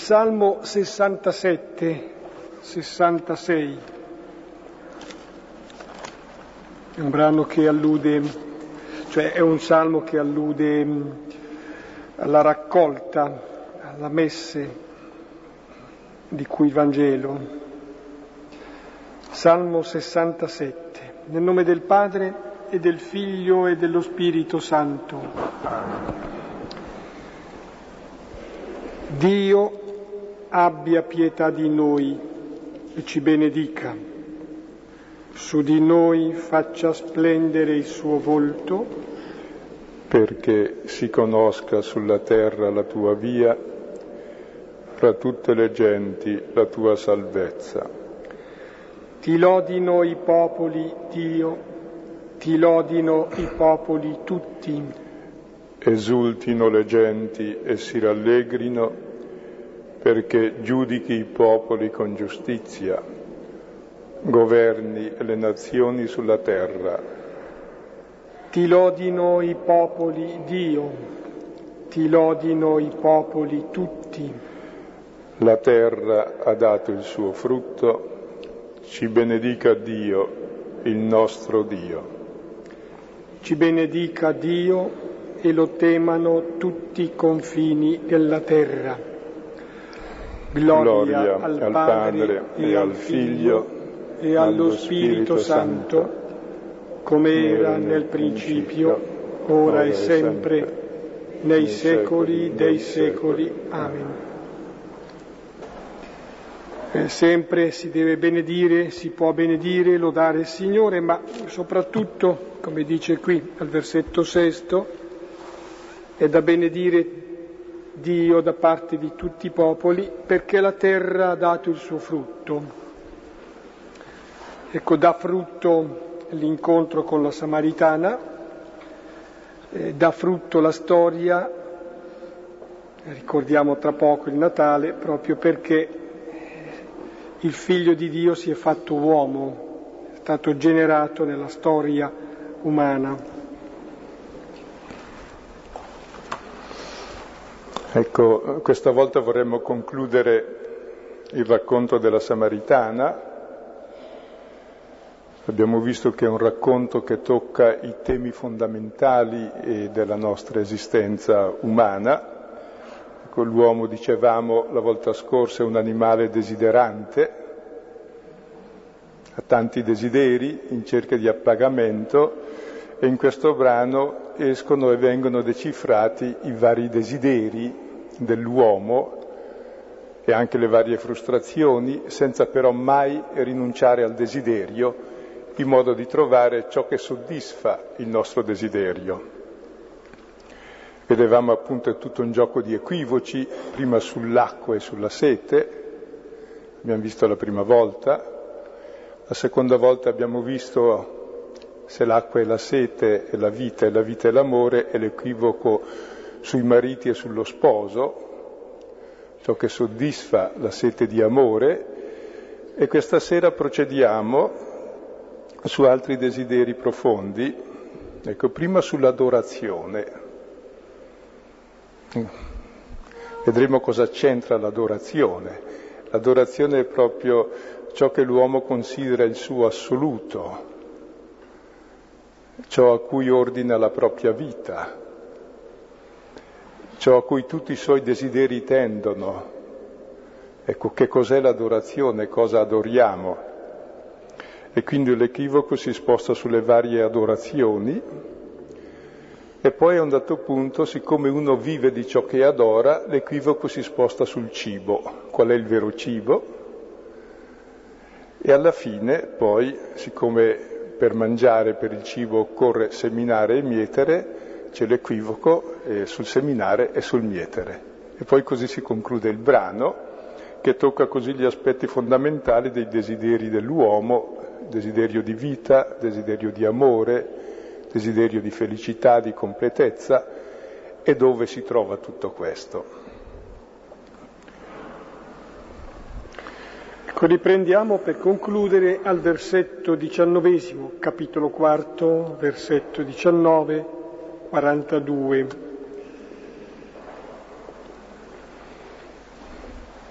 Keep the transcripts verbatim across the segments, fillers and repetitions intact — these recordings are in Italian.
Salmo sessantasette, sessantasei. È un brano che allude, cioè è un salmo che allude alla raccolta, alla messe di cui il Vangelo. Salmo sessantasette. Nel nome del Padre e del Figlio e dello Spirito Santo. Dio abbia pietà di noi e ci benedica. Su di noi faccia splendere il suo volto, perché si conosca sulla terra la tua via, fra tutte le genti la tua salvezza. Ti lodino i popoli, Dio, ti lodino i popoli tutti. Esultino le genti e si rallegrino, perché giudichi i popoli con giustizia, governi le nazioni sulla terra. Ti lodino i popoli, Dio, ti lodino i popoli tutti. La terra ha dato il suo frutto, ci benedica Dio, il nostro Dio. Ci benedica Dio e lo temano tutti i confini della terra. Gloria, Gloria al, al Padre, Padre e al Figlio e allo Spirito Santo, come era nel principio, ora e sempre, nei secoli dei secoli. Amen. Eh, sempre si deve benedire, si può benedire, lodare il Signore, ma soprattutto, come dice qui al versetto sesto, è da benedire Dio da parte di tutti i popoli, perché la terra ha dato il suo frutto. Ecco, dà frutto l'incontro con la Samaritana, eh, dà frutto la storia, ricordiamo tra poco il Natale, proprio perché il Figlio di Dio si è fatto uomo, è stato generato nella storia umana. Ecco, questa volta vorremmo concludere il racconto della Samaritana. Abbiamo visto che è un racconto che tocca i temi fondamentali della nostra esistenza umana. Ecco, l'uomo, dicevamo la volta scorsa, è un animale desiderante, ha tanti desideri in cerca di appagamento, e in questo brano escono e vengono decifrati i vari desideri dell'uomo e anche le varie frustrazioni, senza però mai rinunciare al desiderio, in modo di trovare ciò che soddisfa il nostro desiderio. Vedevamo appunto è tutto un gioco di equivoci, prima sull'acqua e sulla sete, abbiamo visto la prima volta, la seconda volta abbiamo visto se l'acqua è la sete e la vita e la vita è l'amore, e l'equivoco sui mariti e sullo sposo, ciò che soddisfa la sete di amore, e questa sera procediamo su altri desideri profondi. Ecco, prima sull'adorazione. Vedremo cosa c'entra l'adorazione. L'adorazione è proprio ciò che l'uomo considera il suo assoluto, ciò a cui ordina la propria vita, ciò a cui tutti i suoi desideri tendono. Ecco, che cos'è l'adorazione, cosa adoriamo? E quindi l'equivoco si sposta sulle varie adorazioni, e poi a un dato punto, siccome uno vive di ciò che adora, l'equivoco si sposta sul cibo. Qual è il vero cibo? E alla fine, poi, siccome per mangiare, per il cibo, occorre seminare e mietere, c'è l'equivoco eh, sul seminare e sul mietere. E poi così si conclude il brano, che tocca così gli aspetti fondamentali dei desideri dell'uomo: desiderio di vita, desiderio di amore, desiderio di felicità, di completezza, e dove si trova tutto questo. Ecco, riprendiamo per concludere al versetto diciannovesimo, capitolo quarto, versetto diciannove, quarantadue.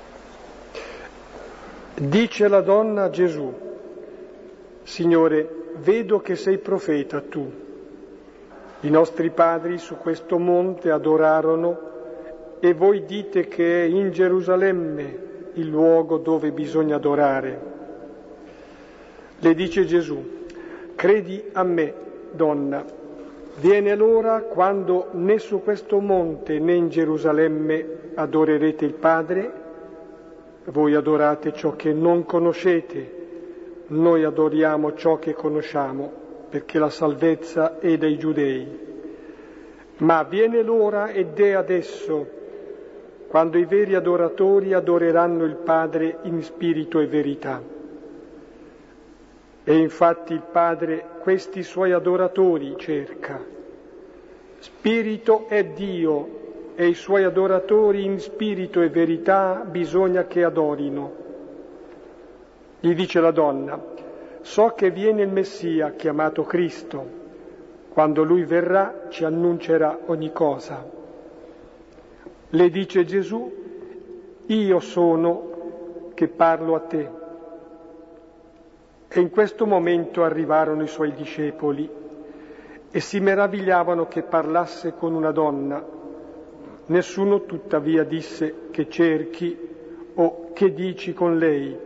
Dice la donna a Gesù: Signore, vedo che sei profeta tu. I nostri padri su questo monte adorarono e voi dite che è in Gerusalemme il luogo dove bisogna adorare. Le dice Gesù: credi a me, donna, viene l'ora quando né su questo monte né in Gerusalemme adorerete il Padre. Voi adorate ciò che non conoscete, noi adoriamo ciò che conosciamo, perché la salvezza è dai giudei. Ma viene l'ora, ed è adesso, quando i veri adoratori adoreranno il Padre in spirito e verità. E infatti il Padre questi suoi adoratori cerca. Spirito è Dio, e i suoi adoratori in spirito e verità bisogna che adorino. Gli dice la donna: so che viene il Messia, chiamato Cristo. Quando Lui verrà ci annuncerà ogni cosa. Le dice Gesù: io sono che parlo a te. E in questo momento arrivarono i suoi discepoli e si meravigliavano che parlasse con una donna. Nessuno tuttavia disse: che cerchi o che dici con lei.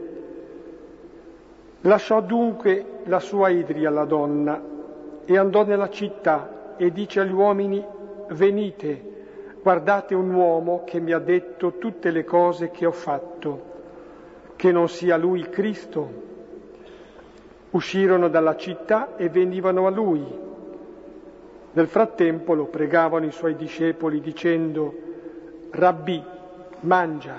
Lasciò dunque la sua idria la donna e andò nella città e dice agli uomini: venite, guardate un uomo che mi ha detto tutte le cose che ho fatto, che non sia lui il Cristo. Uscirono dalla città e venivano a lui. Nel frattempo lo pregavano i suoi discepoli dicendo: Rabbì, mangia.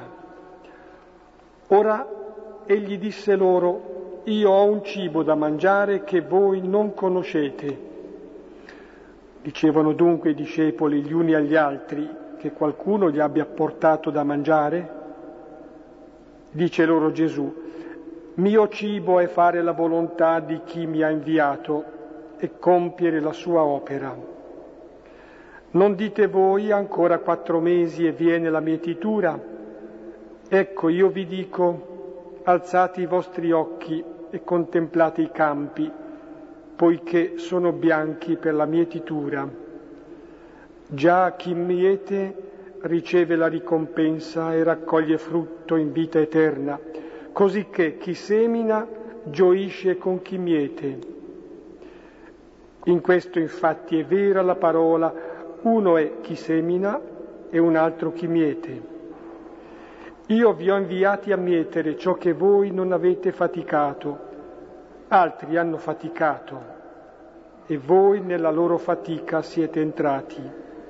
Ora egli disse loro: io ho un cibo da mangiare che voi non conoscete. Dicevano dunque i discepoli gli uni agli altri: che qualcuno gli abbia portato da mangiare? Dice loro Gesù: mio cibo è fare la volontà di chi mi ha inviato e compiere la sua opera. Non dite voi: ancora quattro mesi e viene la mietitura? Ecco, io vi dico: alzate i vostri occhi e contemplate i campi, poiché sono bianchi per la mietitura. Già chi miete riceve la ricompensa e raccoglie frutto in vita eterna, cosicché chi semina gioisce con chi miete. In questo infatti è vera la parola: uno è chi semina e un altro chi miete. Io vi ho inviati a mietere ciò che voi non avete faticato, altri hanno faticato e voi nella loro fatica siete entrati.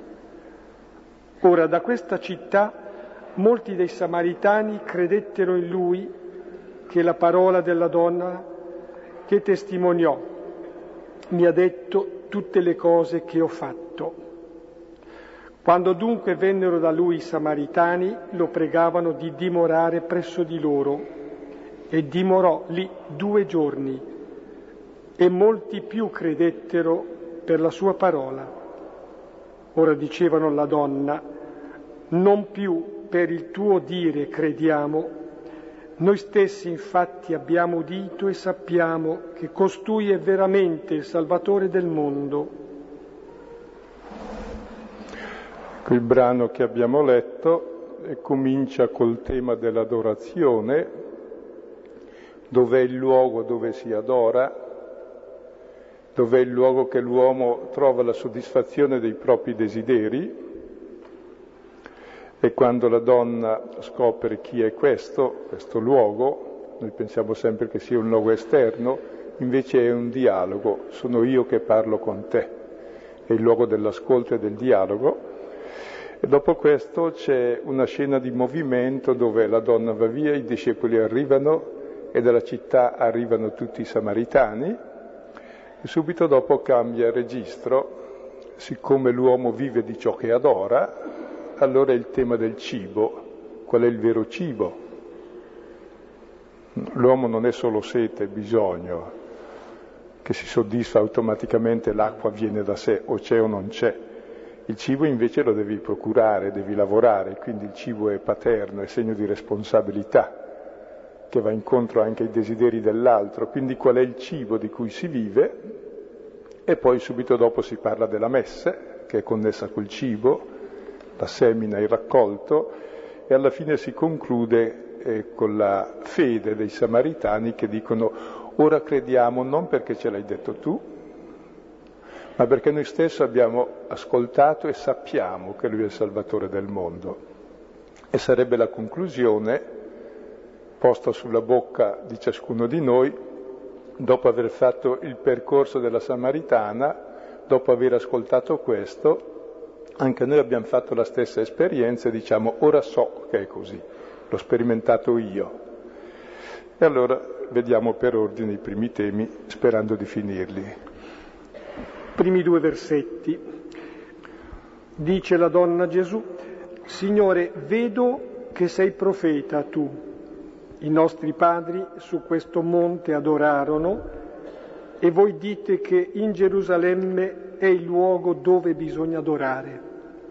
Ora da questa città molti dei Samaritani credettero in lui, che la parola della donna che testimoniò: mi ha detto tutte le cose che ho fatto. Quando dunque vennero da lui i Samaritani, lo pregavano di dimorare presso di loro, e dimorò lì due giorni, e molti più credettero per la sua parola. Ora dicevano alla donna: non più per il tuo dire crediamo, noi stessi infatti abbiamo udito e sappiamo che costui è veramente il Salvatore del mondo. Il brano che abbiamo letto comincia col tema dell'adorazione, dov'è il luogo dove si adora, dov'è il luogo che l'uomo trova la soddisfazione dei propri desideri. E quando la donna scopre chi è questo, questo luogo, noi pensiamo sempre che sia un luogo esterno, invece è un dialogo, sono io che parlo con te, è il luogo dell'ascolto e del dialogo. E dopo questo c'è una scena di movimento dove la donna va via, i discepoli arrivano e dalla città arrivano tutti i Samaritani, e subito dopo cambia registro, siccome l'uomo vive di ciò che adora. Allora è il tema del cibo. Qual è il vero cibo? L'uomo non è solo sete, bisogno, che si soddisfa automaticamente, l'acqua viene da sé, o c'è o non c'è. Il cibo invece lo devi procurare, devi lavorare, quindi il cibo è paterno, è segno di responsabilità. che va incontro anche ai desideri dell'altro, quindi qual è il cibo di cui si vive, e poi subito dopo si parla della messe, che è connessa col cibo, la semina, il raccolto, e alla fine si conclude eh, con la fede dei Samaritani che dicono: ora crediamo non perché ce l'hai detto tu, ma perché noi stessi abbiamo ascoltato e sappiamo che Lui è il Salvatore del mondo. E sarebbe la conclusione posta sulla bocca di ciascuno di noi, dopo aver fatto il percorso della Samaritana, dopo aver ascoltato questo, anche noi abbiamo fatto la stessa esperienza e diciamo: ora so che è così, l'ho sperimentato io. E allora vediamo per ordine i primi temi, sperando di finirli. Primi due versetti. Dice la donna a Gesù: Signore, vedo che sei profeta tu. I nostri padri su questo monte adorarono e voi dite che in Gerusalemme è il luogo dove bisogna adorare.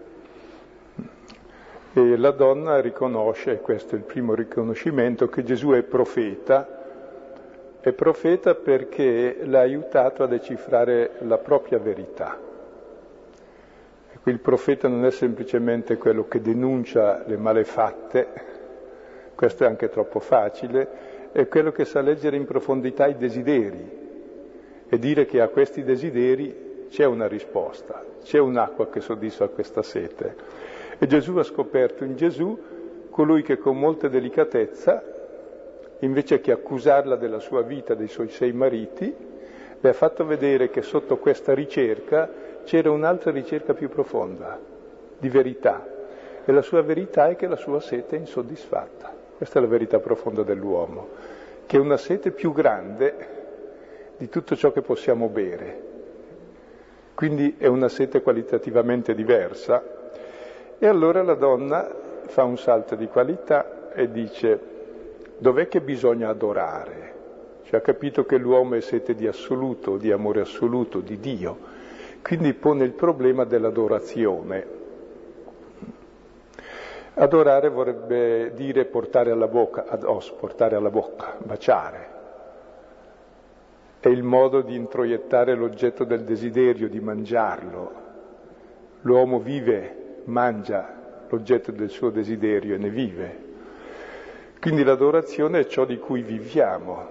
E la donna riconosce, questo è il primo riconoscimento, che Gesù è profeta. È profeta perché l'ha aiutato a decifrare la propria verità. E qui il profeta non è semplicemente quello che denuncia le malefatte, questo è anche troppo facile, è quello che sa leggere in profondità i desideri e dire che a questi desideri c'è una risposta, c'è un'acqua che soddisfa questa sete. E Gesù ha scoperto in Gesù colui che con molta delicatezza, invece che accusarla della sua vita, dei suoi sei mariti, le ha fatto vedere che sotto questa ricerca c'era un'altra ricerca più profonda, di verità. E la sua verità è che la sua sete è insoddisfatta. Questa è la verità profonda dell'uomo, che è una sete più grande di tutto ciò che possiamo bere. Quindi è una sete qualitativamente diversa. E allora la donna fa un salto di qualità e dice: dov'è che bisogna adorare? Cioè ha capito che l'uomo è sete di assoluto, di amore assoluto, di Dio. Quindi pone il problema dell'adorazione. Adorare vorrebbe dire portare alla bocca, ad os, portare alla bocca, baciare. È il modo di introiettare l'oggetto del desiderio, di mangiarlo. L'uomo vive, mangia l'oggetto del suo desiderio e ne vive. Quindi l'adorazione è ciò di cui viviamo.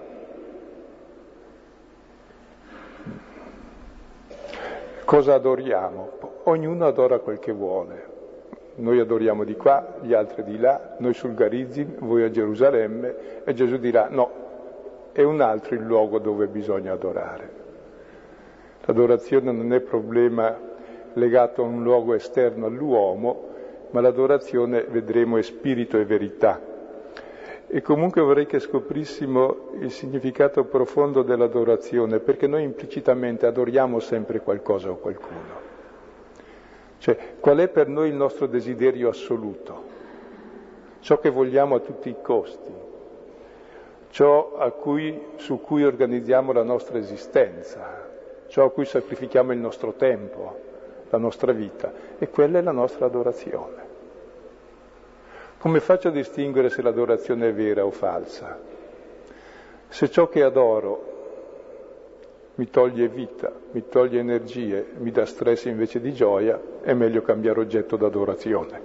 Cosa adoriamo? Ognuno adora quel che vuole. Noi adoriamo di qua, gli altri di là, noi sul Garizim, voi a Gerusalemme, e Gesù dirà: no, è un altro il luogo dove bisogna adorare. L'adorazione non è problema legato a un luogo esterno all'uomo, ma l'adorazione, vedremo, è spirito e verità. E comunque vorrei che scoprissimo il significato profondo dell'adorazione, perché noi implicitamente adoriamo sempre qualcosa o qualcuno. Cioè, qual è per noi il nostro desiderio assoluto? Ciò che vogliamo a tutti i costi, ciò a cui, su cui organizziamo la nostra esistenza, ciò a cui sacrifichiamo il nostro tempo, la nostra vita, e quella è la nostra adorazione. Come faccio a distinguere se l'adorazione è vera o falsa? Se ciò che adoro mi toglie vita, mi toglie energie, mi dà stress invece di gioia, è meglio cambiare oggetto d'adorazione.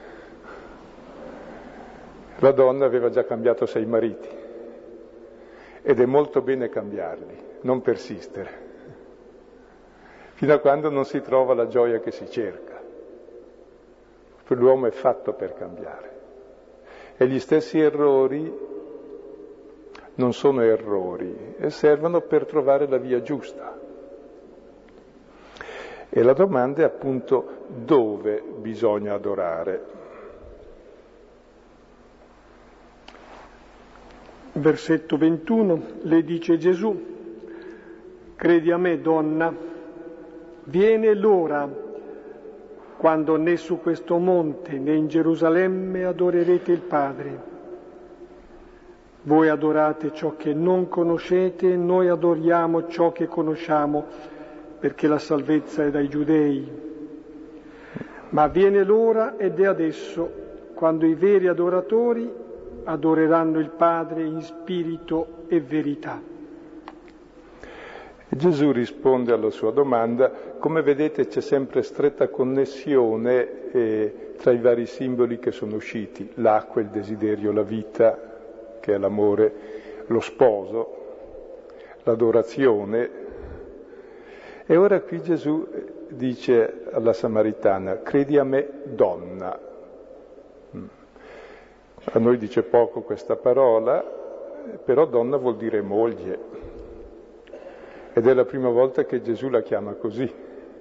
La donna aveva già cambiato sei mariti ed è molto bene cambiarli, non persistere, fino a quando non si trova la gioia che si cerca. L'uomo è fatto per cambiare e gli stessi errori non sono errori e servono per trovare la via giusta. E la domanda è appunto dove bisogna adorare. Versetto ventuno, le dice Gesù: credi a me, donna, viene l'ora quando né su questo monte né in Gerusalemme adorerete il Padre. Voi adorate ciò che non conoscete, noi adoriamo ciò che conosciamo, perché la salvezza è dai giudei. Ma viene l'ora, ed è adesso, quando i veri adoratori adoreranno il Padre in spirito e verità. Gesù risponde alla sua domanda. Come vedete c'è sempre stretta connessione eh, tra i vari simboli che sono usciti, l'acqua, il desiderio, la vita, che è l'amore, lo sposo, l'adorazione. E ora qui Gesù dice alla Samaritana: credi a me, donna. A noi dice poco questa parola, però donna vuol dire moglie. Ed è la prima volta che Gesù la chiama così.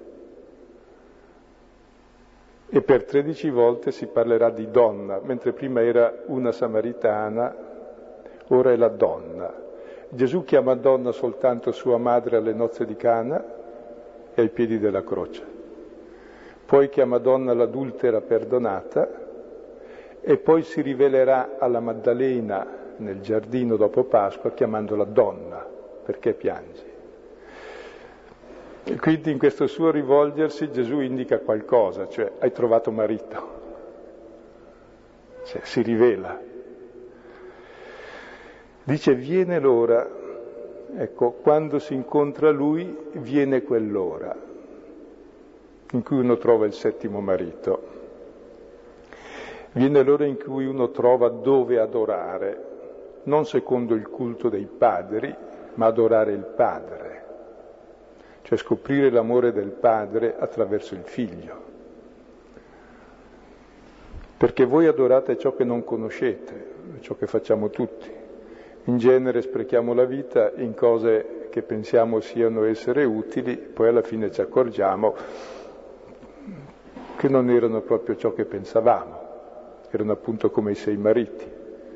E per tredici volte si parlerà di donna, mentre prima era una samaritana, ora è la donna. Gesù chiama donna soltanto sua madre alle nozze di Cana e ai piedi della croce. Poi chiama donna l'adultera perdonata e poi si rivelerà alla Maddalena nel giardino dopo Pasqua chiamandola donna, perché piangi. E quindi in questo suo rivolgersi Gesù indica qualcosa, cioè hai trovato marito, cioè si rivela. Dice viene l'ora, ecco, quando si incontra lui viene quell'ora in cui uno trova il settimo marito, viene l'ora in cui uno trova dove adorare, non secondo il culto dei padri, ma adorare il Padre. Cioè scoprire l'amore del Padre attraverso il Figlio. Perché voi adorate ciò che non conoscete, ciò che facciamo tutti. In genere sprechiamo la vita in cose che pensiamo siano essere utili, poi alla fine ci accorgiamo che non erano proprio ciò che pensavamo, erano appunto come i sei mariti.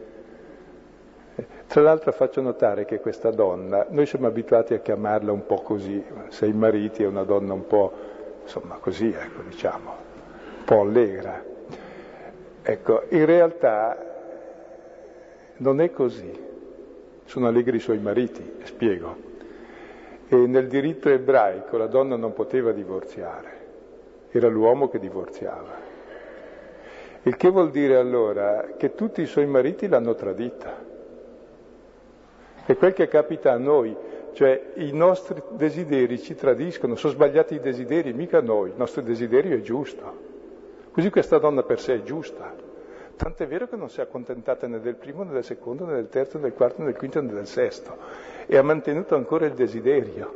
Tra l'altro faccio notare che questa donna, noi siamo abituati a chiamarla un po' così, sei mariti è una donna un po', insomma così, ecco, diciamo, un po' allegra. Ecco, in realtà non è così, sono allegri i suoi mariti, spiego. E nel diritto ebraico la donna non poteva divorziare, era l'uomo che divorziava. Il che vuol dire allora che tutti i suoi mariti l'hanno tradita. È quel che capita a noi, cioè i nostri desideri ci tradiscono, sono sbagliati i desideri, mica noi, il nostro desiderio è giusto. Così questa donna per sé è giusta. Tant'è vero che non si è accontentata né del primo, né del secondo, né del terzo, né del quarto, né del quinto, né del sesto. E ha mantenuto ancora il desiderio.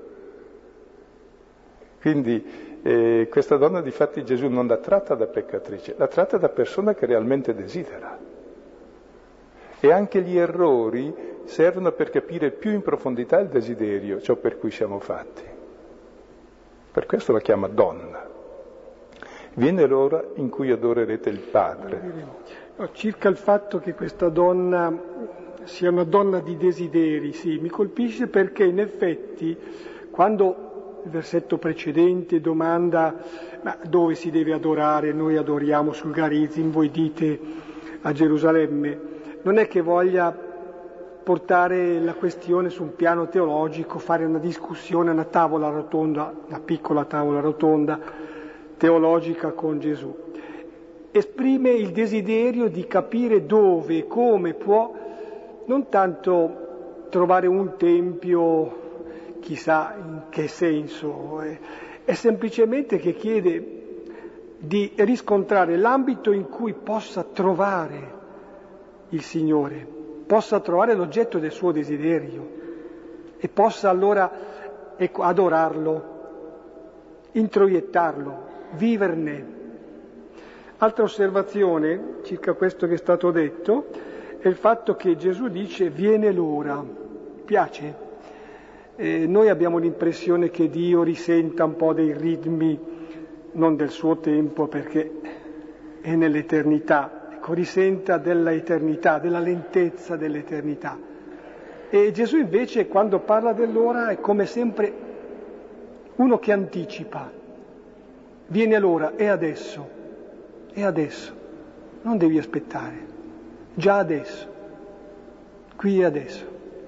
Quindi eh, questa donna difatti Gesù non la tratta da peccatrice, la tratta da persona che realmente desidera. E anche gli errori servono per capire più in profondità il desiderio, ciò per cui siamo fatti. Per questo la chiama donna. Viene l'ora in cui adorerete il Padre. No, circa il fatto che questa donna sia una donna di desideri, sì, mi colpisce perché in effetti quando il versetto precedente domanda ma dove si deve adorare, noi adoriamo sul Garizim, voi dite a Gerusalemme, non è che voglia portare la questione su un piano teologico, fare una discussione, una tavola rotonda, una piccola tavola rotonda teologica con Gesù. Esprime il desiderio di capire dove e come può, non tanto trovare un tempio, chissà in che senso, è, è semplicemente che chiede di riscontrare l'ambito in cui possa trovare il Signore, possa trovare l'oggetto del suo desiderio e possa allora ecco, adorarlo, introiettarlo, viverne. Altra osservazione circa questo che è stato detto è il fatto che Gesù dice viene l'ora. Piace? Eh, noi abbiamo l'impressione che Dio risenta un po' dei ritmi, non del suo tempo perché è nell'eternità, risenta della eternità, della lentezza dell'eternità. E Gesù invece quando parla dell'ora è come sempre uno che anticipa. Viene l'ora, è adesso, è adesso, non devi aspettare, già adesso, qui e adesso.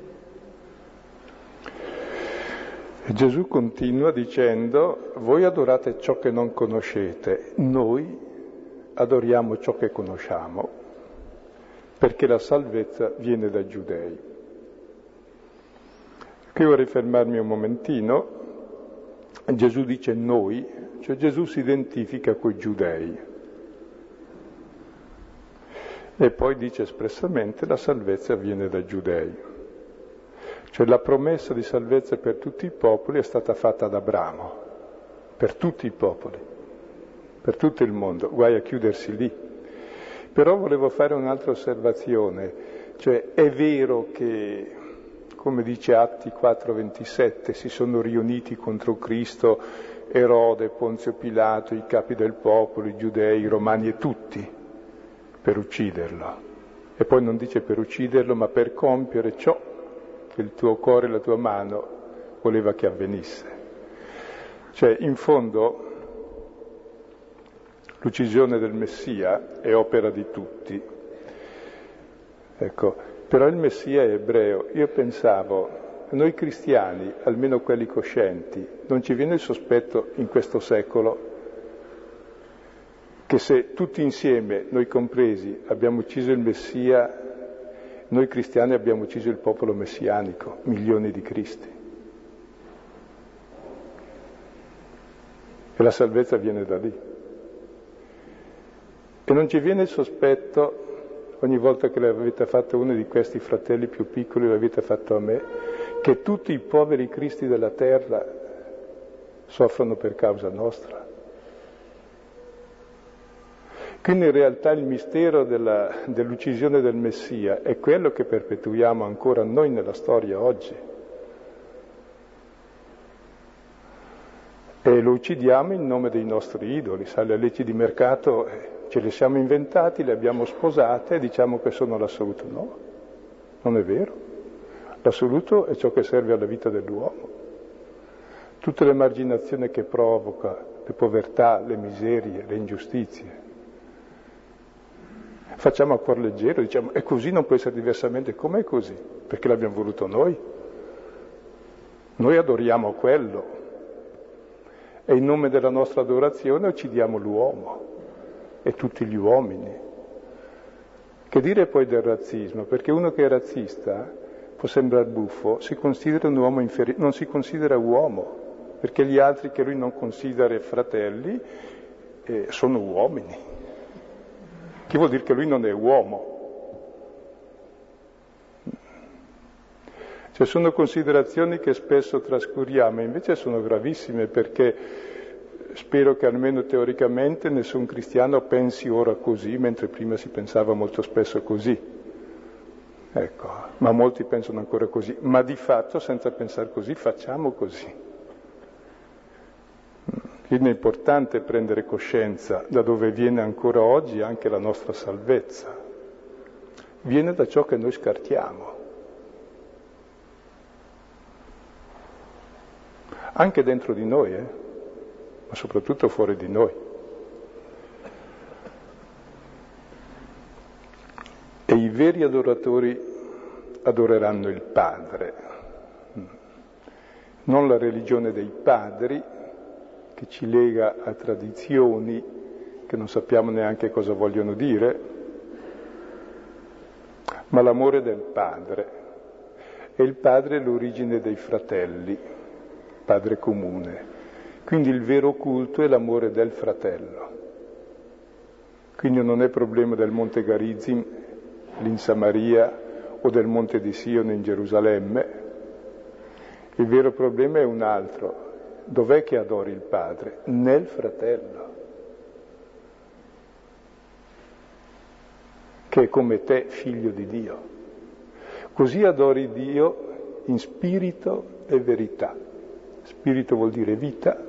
E Gesù continua dicendo, voi adorate ciò che non conoscete, noi adoriamo ciò che conosciamo. perché la salvezza viene dai giudei. Qui vorrei fermarmi un momentino. Gesù dice noi, cioè Gesù si identifica coi giudei e poi dice espressamente la salvezza viene dai giudei. Cioè la promessa di salvezza per tutti i popoli è stata fatta ad Abramo, per tutti i popoli, per tutto il mondo, guai a chiudersi lì. Però volevo fare un'altra osservazione, cioè è vero che, come dice Atti quattro ventisette, si sono riuniti contro Cristo Erode, Ponzio Pilato, i capi del popolo, i giudei, i romani e tutti, per ucciderlo. E poi non dice per ucciderlo, ma per compiere ciò che il tuo cuore e la tua mano voleva che avvenisse. Cioè, in fondo, l'uccisione del Messia è opera di tutti. Ecco, però il Messia è ebreo. Io pensavo, noi cristiani, almeno quelli coscienti, non ci viene il sospetto in questo secolo che se tutti insieme, noi compresi, abbiamo ucciso il Messia, noi cristiani abbiamo ucciso il popolo messianico, milioni di Cristi. E la salvezza viene da lì. E non ci viene il sospetto, ogni volta che l'avete fatto uno di questi fratelli più piccoli, l'avete fatto a me, che tutti i poveri cristi della terra soffrono per causa nostra. Quindi in realtà il mistero della, dell'uccisione del Messia è quello che perpetuiamo ancora noi nella storia oggi. E lo uccidiamo in nome dei nostri idoli, sai, le leggi di mercato eh, ce le siamo inventati, le abbiamo sposate e diciamo che sono l'assoluto. No, non è vero. L'assoluto è ciò che serve alla vita dell'uomo. Tutte le emarginazioni che provoca, le povertà, le miserie, le ingiustizie. Facciamo a cuor leggero, diciamo, è così, non può essere diversamente. Com'è così? Perché l'abbiamo voluto noi. Noi adoriamo quello. E in nome della nostra adorazione uccidiamo l'uomo e tutti gli uomini. Che dire poi del razzismo? Perché uno che è razzista, può sembrare buffo, si considera un uomo inferiore, non si considera uomo, perché gli altri che lui non considera fratelli eh, sono uomini. Che vuol dire che lui non è uomo. Cioè sono considerazioni che spesso trascuriamo, invece sono gravissime, perché spero che almeno teoricamente nessun cristiano pensi ora così, mentre prima si pensava molto spesso così. Ecco, ma molti pensano ancora così, ma di fatto senza pensare così facciamo così. Quindi è importante prendere coscienza da dove viene ancora oggi anche la nostra salvezza. Viene da ciò che noi scartiamo. Anche dentro di noi, eh? Ma soprattutto fuori di noi. E i veri adoratori adoreranno il Padre, non la religione dei padri, che ci lega a tradizioni che non sappiamo neanche cosa vogliono dire, ma l'amore del Padre. E il Padre è l'origine dei fratelli, Padre comune. Quindi il vero culto è l'amore del fratello. Quindi non è problema del Monte Garizim, lì in Samaria, o del Monte di Sion in Gerusalemme. Il vero problema è un altro. Dov'è che adori il Padre? Nel fratello, che è come te figlio di Dio. Così adori Dio in spirito e verità. Spirito vuol dire vita.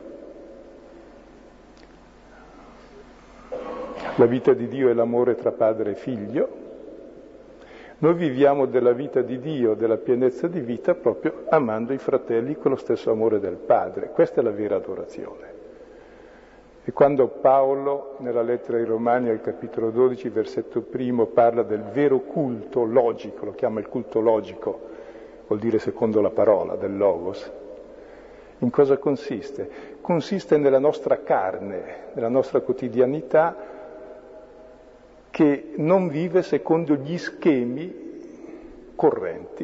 La vita di Dio è l'amore tra padre e figlio. Noi viviamo della vita di Dio, della pienezza di vita, proprio amando i fratelli con lo stesso amore del Padre. Questa è la vera adorazione. E quando Paolo, nella lettera ai Romani, al capitolo dodici, versetto primo, parla del vero culto logico, lo chiama il culto logico, vuol dire secondo la parola, del Logos. In cosa consiste? Consiste nella nostra carne, nella nostra quotidianità, che non vive secondo gli schemi correnti,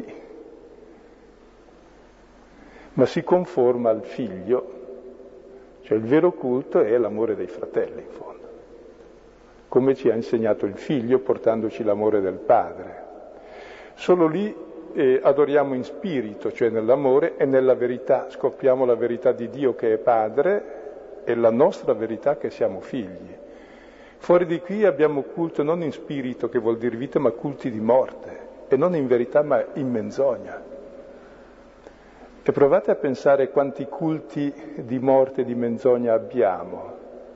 ma si conforma al figlio. Cioè il vero culto è l'amore dei fratelli, in fondo, come ci ha insegnato il figlio portandoci l'amore del padre. Solo lì eh, adoriamo in spirito, cioè nell'amore e nella verità, scopriamo la verità di Dio che è padre e la nostra verità che siamo figli. Fuori di qui abbiamo culto non in spirito, che vuol dire vita, ma culti di morte, e non in verità ma in menzogna. E provate a pensare quanti culti di morte e di menzogna abbiamo.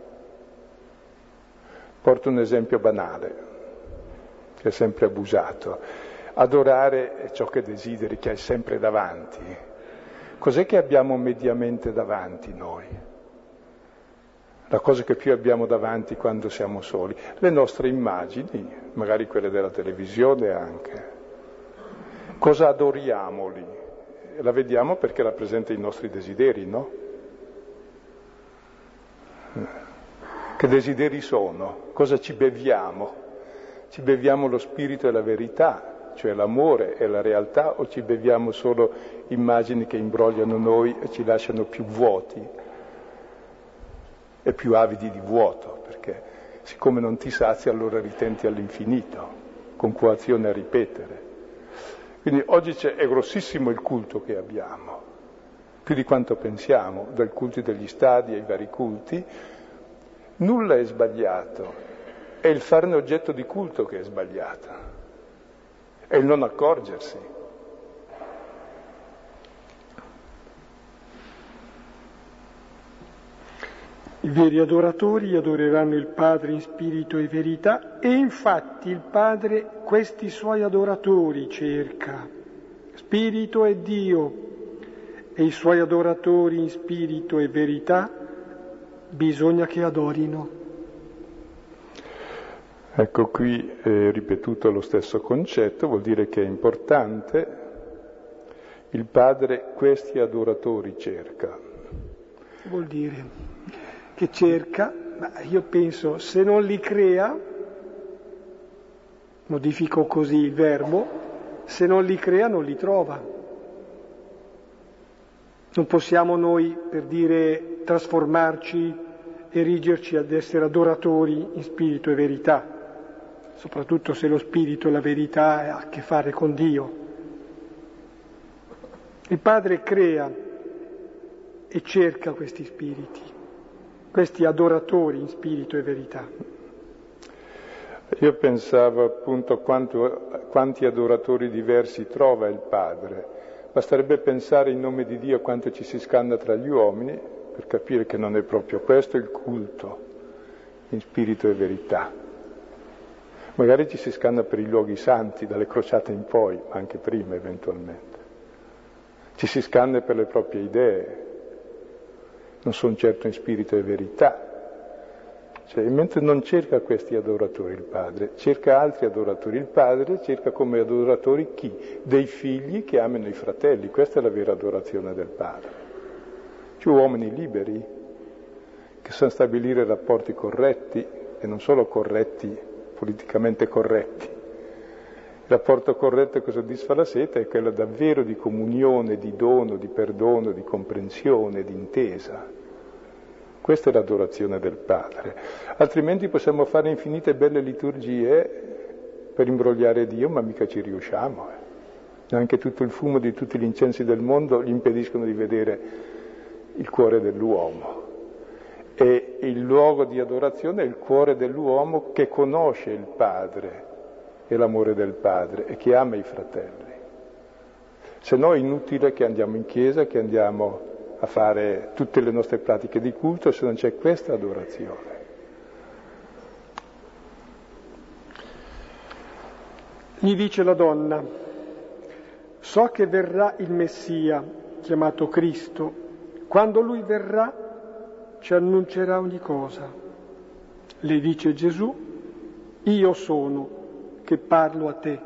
Porto un esempio banale, che è sempre abusato. Adorare è ciò che desideri, che hai sempre davanti. Cos'è che abbiamo mediamente davanti noi? La cosa che più abbiamo davanti quando siamo soli? Le nostre immagini, magari quelle della televisione anche. Cosa adoriamo lì? La vediamo perché rappresenta i nostri desideri, no? Che desideri sono? Cosa ci beviamo? Ci beviamo lo spirito e la verità, cioè l'amore e la realtà, o ci beviamo solo immagini che imbrogliano noi e ci lasciano più vuoti e più avidi di vuoto, perché siccome non ti sazia allora ritenti all'infinito, con coazione a ripetere. Quindi oggi c'è, è grossissimo il culto che abbiamo, più di quanto pensiamo, dai culti degli stadi ai vari culti. Nulla è sbagliato, è il farne oggetto di culto che è sbagliato, è il non accorgersi. I veri adoratori adoreranno il Padre in spirito e verità, e infatti il Padre questi suoi adoratori cerca. Spirito è Dio, e i suoi adoratori in spirito e verità bisogna che adorino. Ecco, qui è ripetuto lo stesso concetto, vuol dire che è importante. Il Padre questi adoratori cerca. Vuol dire che cerca, ma io penso, se non li crea, modifico così il verbo, se non li crea non li trova. Non possiamo noi, per dire, trasformarci, erigerci ad essere adoratori in spirito e verità, soprattutto se lo spirito e la verità ha a che fare con Dio. Il Padre crea e cerca questi spiriti, questi adoratori in spirito e verità. Io pensavo appunto quanto, quanti adoratori diversi trova il Padre. Basterebbe pensare in nome di Dio quanto ci si scanna tra gli uomini per capire che non è proprio questo il culto in spirito e verità. Magari ci si scanna per i luoghi santi, dalle crociate in poi, ma anche prima eventualmente. Ci si scanna per le proprie idee, non sono certo in spirito e verità. Cioè, mentre non cerca questi adoratori il Padre, cerca altri adoratori. Il Padre cerca come adoratori chi? Dei figli che amano i fratelli. Questa è la vera adorazione del Padre. Cioè uomini liberi, che sanno stabilire rapporti corretti, e non solo corretti, politicamente corretti. Il rapporto corretto che soddisfa la sete è quello davvero di comunione, di dono, di perdono, di comprensione, di intesa. Questa è l'adorazione del Padre. Altrimenti possiamo fare infinite belle liturgie per imbrogliare Dio, ma mica ci riusciamo. Eh. Anche tutto il fumo di tutti gli incensi del mondo gli impediscono di vedere il cuore dell'uomo. E il luogo di adorazione è il cuore dell'uomo che conosce il Padre e l'amore del Padre e che ama i fratelli. Se no è inutile che andiamo in chiesa, che andiamo a fare tutte le nostre pratiche di culto se non c'è questa adorazione. Gli dice la donna: so che verrà il Messia, chiamato Cristo. Quando Lui verrà ci annuncerà ogni cosa. Le dice Gesù: io sono che parlo a te.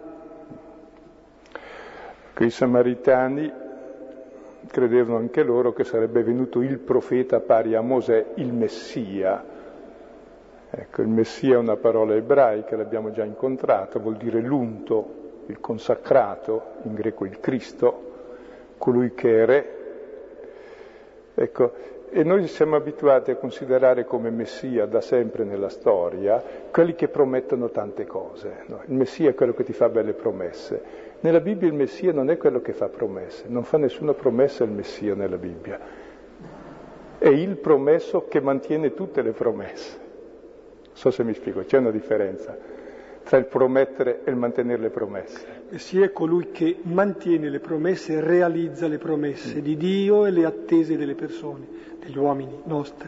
I Samaritani credevano anche loro che sarebbe venuto il profeta pari a Mosè, il Messia, Ecco, il Messia è una parola ebraica, l'abbiamo già incontrata, vuol dire l'unto, il consacrato, in greco il Cristo, colui che è re. Ecco, e noi siamo abituati a considerare come Messia da sempre nella storia quelli che promettono tante cose, no? Il Messia è quello che ti fa belle promesse. Nella Bibbia il Messia non è quello che fa promesse, non fa nessuna promessa il Messia nella Bibbia. È il promesso che mantiene tutte le promesse. Non so se mi spiego, c'è una differenza tra il promettere e il mantenere le promesse. Il Messia è colui che mantiene le promesse e realizza le promesse mm. di Dio e le attese delle persone, degli uomini nostri.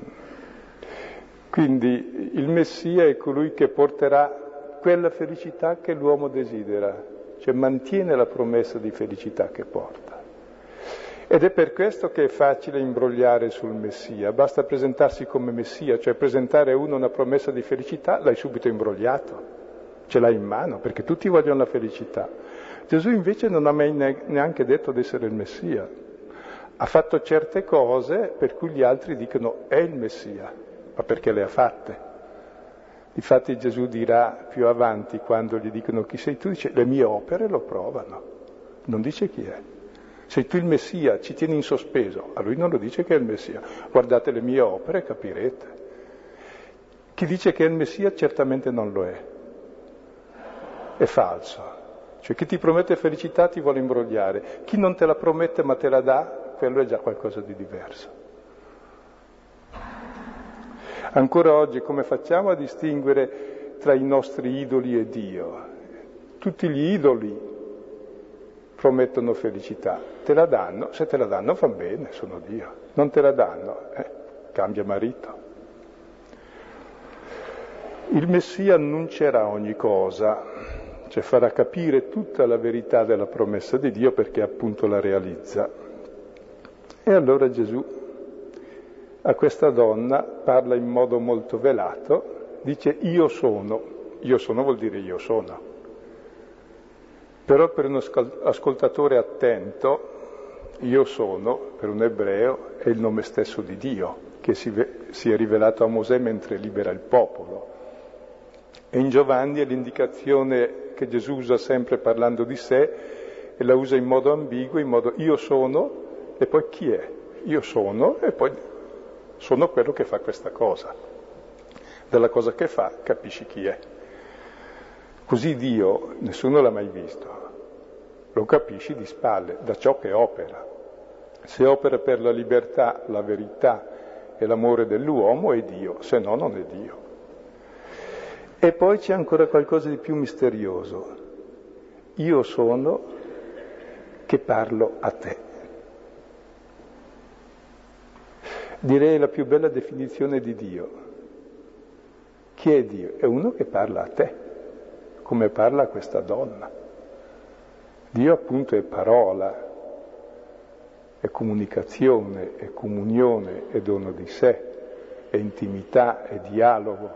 Quindi il Messia è colui che porterà quella felicità che l'uomo desidera, cioè mantiene la promessa di felicità che porta. Ed è per questo che è facile imbrogliare sul Messia, basta presentarsi come Messia, cioè presentare a uno una promessa di felicità, l'hai subito imbrogliato, ce l'hai in mano, perché tutti vogliono la felicità. Gesù invece non ha mai neanche detto di essere il Messia, ha fatto certe cose per cui gli altri dicono è il Messia, ma perché le ha fatte. Difatti Gesù dirà più avanti, quando gli dicono chi sei tu, dice le mie opere lo provano, non dice chi è. Sei tu il Messia, ci tieni in sospeso. A lui non lo dice che è il Messia. Guardate le mie opere e capirete. Chi dice che è il Messia certamente non lo è. È falso. Cioè chi ti promette felicità ti vuole imbrogliare. Chi non te la promette ma te la dà, quello è già qualcosa di diverso. Ancora oggi come facciamo a distinguere tra i nostri idoli e Dio? Tutti gli idoli promettono felicità, te la danno, se te la danno fa bene, sono Dio, non te la danno, eh, cambia marito. Il Messia annuncerà ogni cosa, cioè farà capire tutta la verità della promessa di Dio perché appunto la realizza. E allora Gesù a questa donna parla in modo molto velato, dice io sono, io sono vuol dire io sono. Però per uno ascoltatore attento, io sono, per un ebreo, è il nome stesso di Dio, che si, si è rivelato a Mosè mentre libera il popolo. E in Giovanni è l'indicazione che Gesù usa sempre parlando di sé, e la usa in modo ambiguo, in modo io sono, e poi chi è? Io sono, e poi sono quello che fa questa cosa. Dalla cosa che fa capisci chi è. Così Dio, nessuno l'ha mai visto, lo capisci di spalle, da ciò che opera. Se opera per la libertà, la verità e l'amore dell'uomo è Dio, se no non è Dio. E poi c'è ancora qualcosa di più misterioso. Io sono che parlo a te. Direi la più bella definizione di Dio. Chi è Dio? È uno che parla a te. Come parla a questa donna. Dio appunto è parola, è comunicazione, è comunione, è dono di sé, è intimità, è dialogo.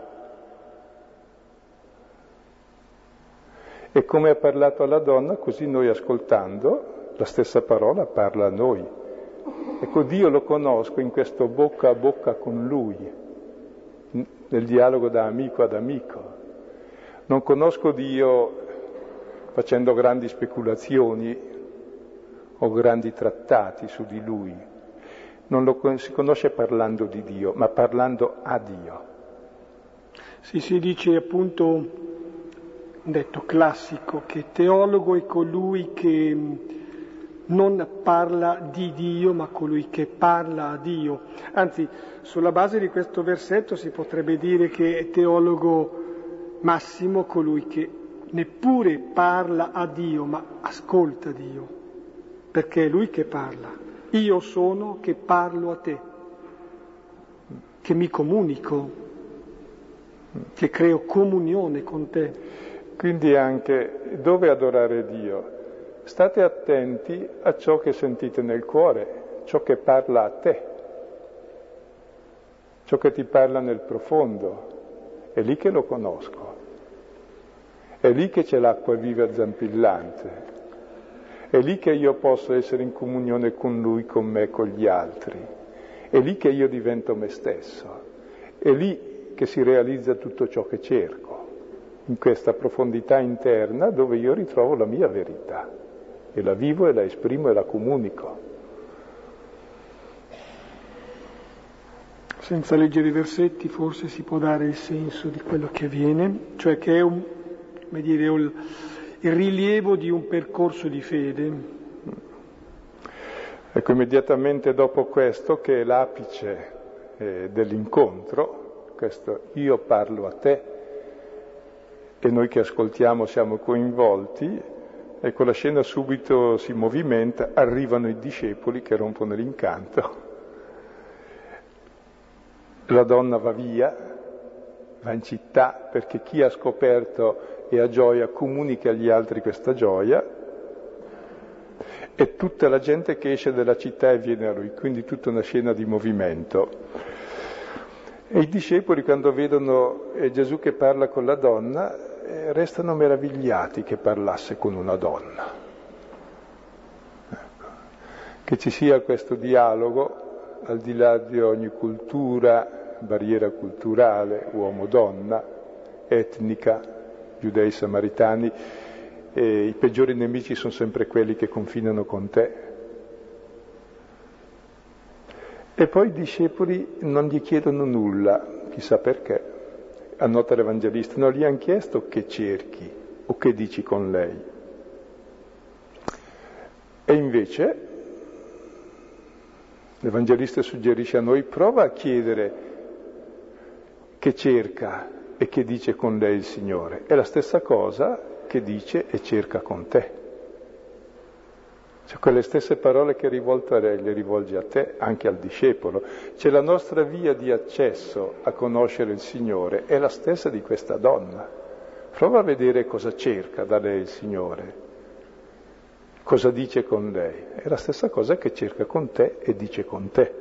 E come ha parlato alla donna, così noi ascoltando, la stessa parola parla a noi. Ecco, Dio lo conosco in questo bocca a bocca con Lui, nel dialogo da amico ad amico. Non conosco Dio facendo grandi speculazioni o grandi trattati su di Lui. Non lo si conosce parlando di Dio, ma parlando a Dio. Sì, si dice appunto, un detto classico, che teologo è colui che non parla di Dio, ma colui che parla a Dio. Anzi, sulla base di questo versetto si potrebbe dire che è teologo massimo colui che neppure parla a Dio, ma ascolta Dio, perché è Lui che parla. Io sono che parlo a te, che mi comunico, che creo comunione con te. Quindi anche dove adorare Dio? State attenti a ciò che sentite nel cuore, ciò che parla a te, ciò che ti parla nel profondo. È lì che lo conosco. È lì che c'è l'acqua viva e zampillante. È lì che io posso essere in comunione con Lui, con me, con gli altri. È lì che io divento me stesso. È lì che si realizza tutto ciò che cerco, in questa profondità interna dove io ritrovo la mia verità e la vivo e la esprimo e la comunico. Senza leggere i versetti forse si può dare il senso di quello che avviene, cioè che è un, come dire, il, il rilievo di un percorso di fede. Ecco, immediatamente dopo questo, che è l'apice eh, dell'incontro, questo io parlo a te e noi che ascoltiamo siamo coinvolti, ecco la scena subito si movimenta, arrivano i discepoli che rompono l'incanto. La donna va via, va in città, perché chi ha scoperto e ha gioia comunica agli altri questa gioia, e tutta la gente che esce dalla città e viene a lui, quindi tutta una scena di movimento. E i discepoli, quando vedono Gesù che parla con la donna, eh, restano meravigliati che parlasse con una donna. Ecco. Che ci sia questo dialogo, al di là di ogni cultura, barriera culturale, uomo-donna, etnica, giudei samaritani, e i peggiori nemici sono sempre quelli che confinano con te. E poi i discepoli non gli chiedono nulla, chissà perché, annota l'Evangelista, non gli hanno chiesto che cerchi o che dici con lei. E invece l'Evangelista suggerisce a noi, prova a chiedere che cerca e che dice con lei il Signore. È la stessa cosa che dice e cerca con te. Cioè quelle stesse parole che rivolto a lei le rivolge a te, anche al discepolo. C'è la nostra via di accesso a conoscere il Signore, è la stessa di questa donna. Prova a vedere cosa cerca da lei il Signore, cosa dice con lei. È la stessa cosa che cerca con te e dice con te.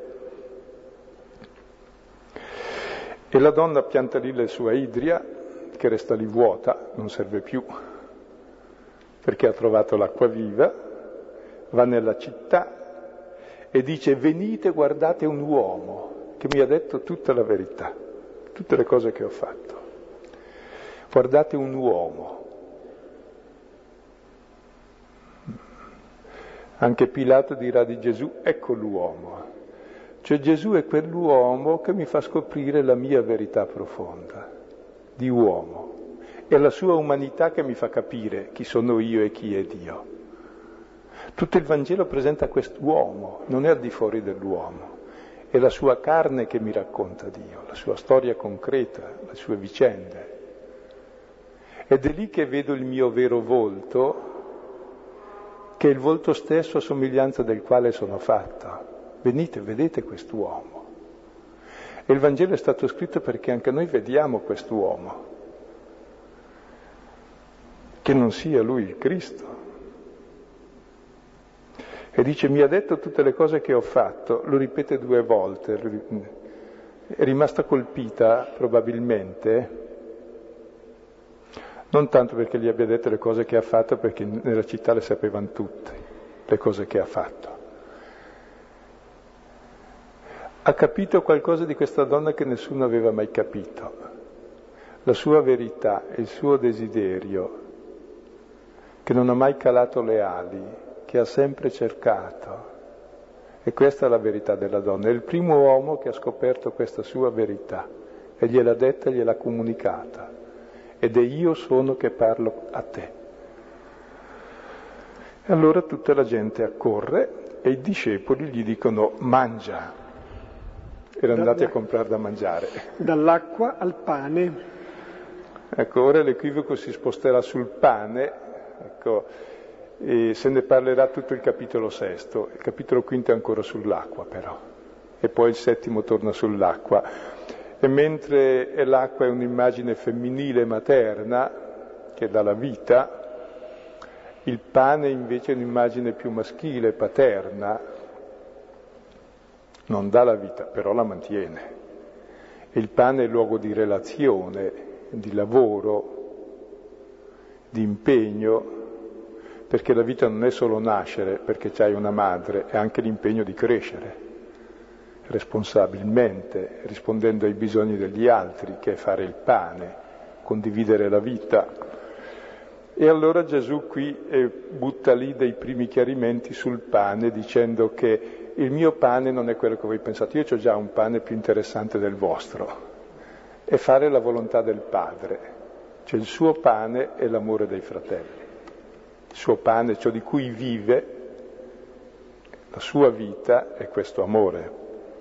E la donna pianta lì la sua idria, che resta lì vuota, non serve più, perché ha trovato l'acqua viva, va nella città e dice: venite, guardate un uomo che mi ha detto tutta la verità, tutte le cose che ho fatto. Guardate un uomo. Anche Pilato dirà di Gesù: ecco l'uomo. Cioè Gesù è quell'uomo che mi fa scoprire la mia verità profonda, di uomo. È la sua umanità che mi fa capire chi sono io e chi è Dio. Tutto il Vangelo presenta quest'uomo, non è al di fuori dell'uomo. È la sua carne che mi racconta Dio, la sua storia concreta, le sue vicende. Ed è lì che vedo il mio vero volto, che è il volto stesso a somiglianza del quale sono fatto. Venite, vedete quest'uomo. E il Vangelo è stato scritto perché anche noi vediamo quest'uomo, che non sia lui il Cristo. E dice: mi ha detto tutte le cose che ho fatto, lo ripete due volte, è rimasta colpita probabilmente, non tanto perché gli abbia detto le cose che ha fatto, perché nella città le sapevano tutte, le cose che ha fatto. Ha capito qualcosa di questa donna che nessuno aveva mai capito, la sua verità, il suo desiderio, che non ha mai calato le ali, che ha sempre cercato. E questa è la verità della donna, è il primo uomo che ha scoperto questa sua verità e gliel'ha detta e gliel'ha comunicata. Ed è io sono che parlo a te. E allora tutta la gente accorre e i discepoli gli dicono: mangia. Erano andati a comprare da mangiare. Dall'acqua al pane. Ecco, ora l'equivoco si sposterà sul pane, ecco, e se ne parlerà tutto il capitolo sesto. Il capitolo quinto è ancora sull'acqua però, e poi il settimo torna sull'acqua. E mentre l'acqua è un'immagine femminile materna, che dà la vita, il pane invece è un'immagine più maschile, paterna, non dà la vita, però la mantiene. E il pane è il luogo di relazione, di lavoro, di impegno, perché la vita non è solo nascere, perché c'hai una madre, è anche l'impegno di crescere. responsabilmente, rispondendo ai bisogni degli altri, che è fare il pane, condividere la vita. E allora Gesù qui eh, butta lì dei primi chiarimenti sul pane, dicendo che il mio pane non è quello che voi pensate, io ho già un pane più interessante del vostro, è fare la volontà del Padre, cioè il suo pane è l'amore dei fratelli, il suo pane, ciò di cui vive, la sua vita è questo amore.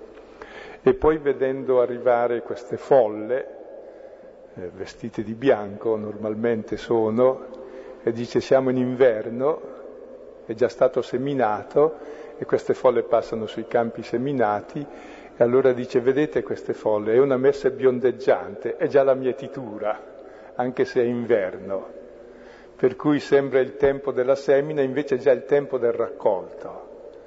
E poi vedendo arrivare queste folle, eh, vestite di bianco, normalmente sono, e dice siamo in inverno, è già stato seminato, e queste folle passano sui campi seminati, e allora dice vedete queste folle, è una messe biondeggiante, è già la mietitura, anche se è inverno, per cui sembra il tempo della semina, invece è già il tempo del raccolto.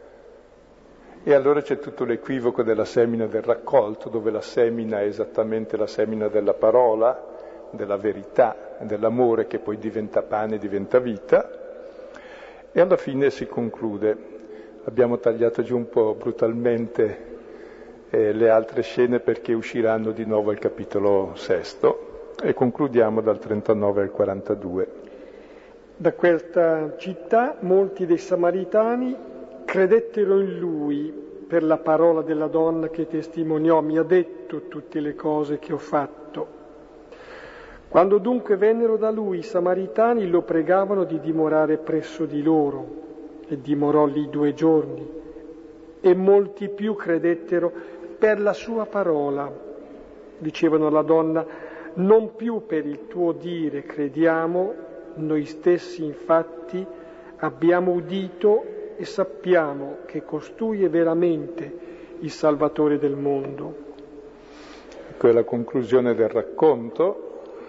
E allora c'è tutto l'equivoco della semina del raccolto, dove la semina è esattamente la semina della parola, della verità, dell'amore che poi diventa pane, diventa vita, e alla fine si conclude. Abbiamo tagliato giù un po' brutalmente eh, le altre scene perché usciranno di nuovo al capitolo sesto e concludiamo dal trentanove al quarantadue. Da questa città molti dei Samaritani credettero in lui per la parola della donna che testimoniò, mi ha detto tutte le cose che ho fatto. Quando dunque vennero da lui i Samaritani lo pregavano di dimorare presso di loro, e dimorò lì due giorni, e molti più credettero per la sua parola. Dicevano alla donna, non più per il tuo dire crediamo, noi stessi infatti abbiamo udito e sappiamo che costui è veramente il Salvatore del mondo. Ecco è la conclusione del racconto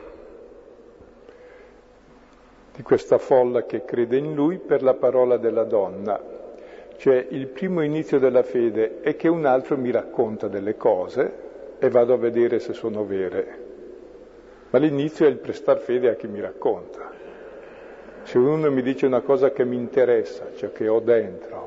di questa folla che crede in lui per la parola della donna. Cioè il primo inizio della fede è che un altro mi racconta delle cose e vado a vedere se sono vere, ma l'inizio è il prestar fede a chi mi racconta. Se uno mi dice una cosa che mi interessa, cioè che ho dentro,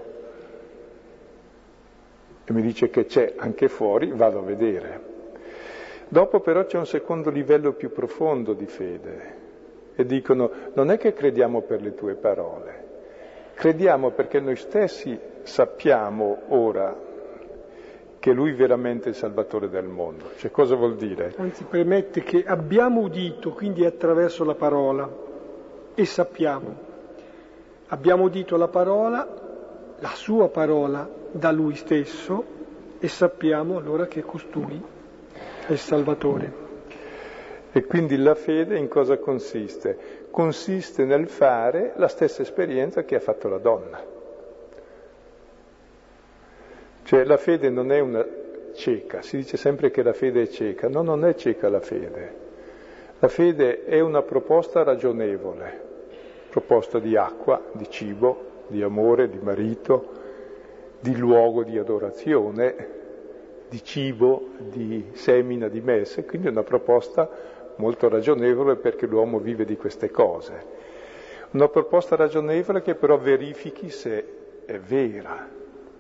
e mi dice che c'è anche fuori, vado a vedere. Dopo però c'è un secondo livello più profondo di fede, e dicono, non è che crediamo per le tue parole, crediamo perché noi stessi sappiamo ora che lui veramente è il Salvatore del mondo. Cioè cosa vuol dire? Anzi, permette che abbiamo udito, quindi attraverso la parola, e sappiamo. Abbiamo udito la parola, la sua parola da lui stesso, e sappiamo allora che costui è il Salvatore. E quindi la fede in cosa consiste? Consiste nel fare la stessa esperienza che ha fatto la donna. Cioè la fede non è una cieca, si dice sempre che la fede è cieca, no, non è cieca la fede. La fede è una proposta ragionevole, proposta di acqua, di cibo, di amore, di marito, di luogo di adorazione, di cibo, di semina, di messe, quindi è una proposta molto ragionevole perché l'uomo vive di queste cose. Una proposta ragionevole che però verifichi se è vera,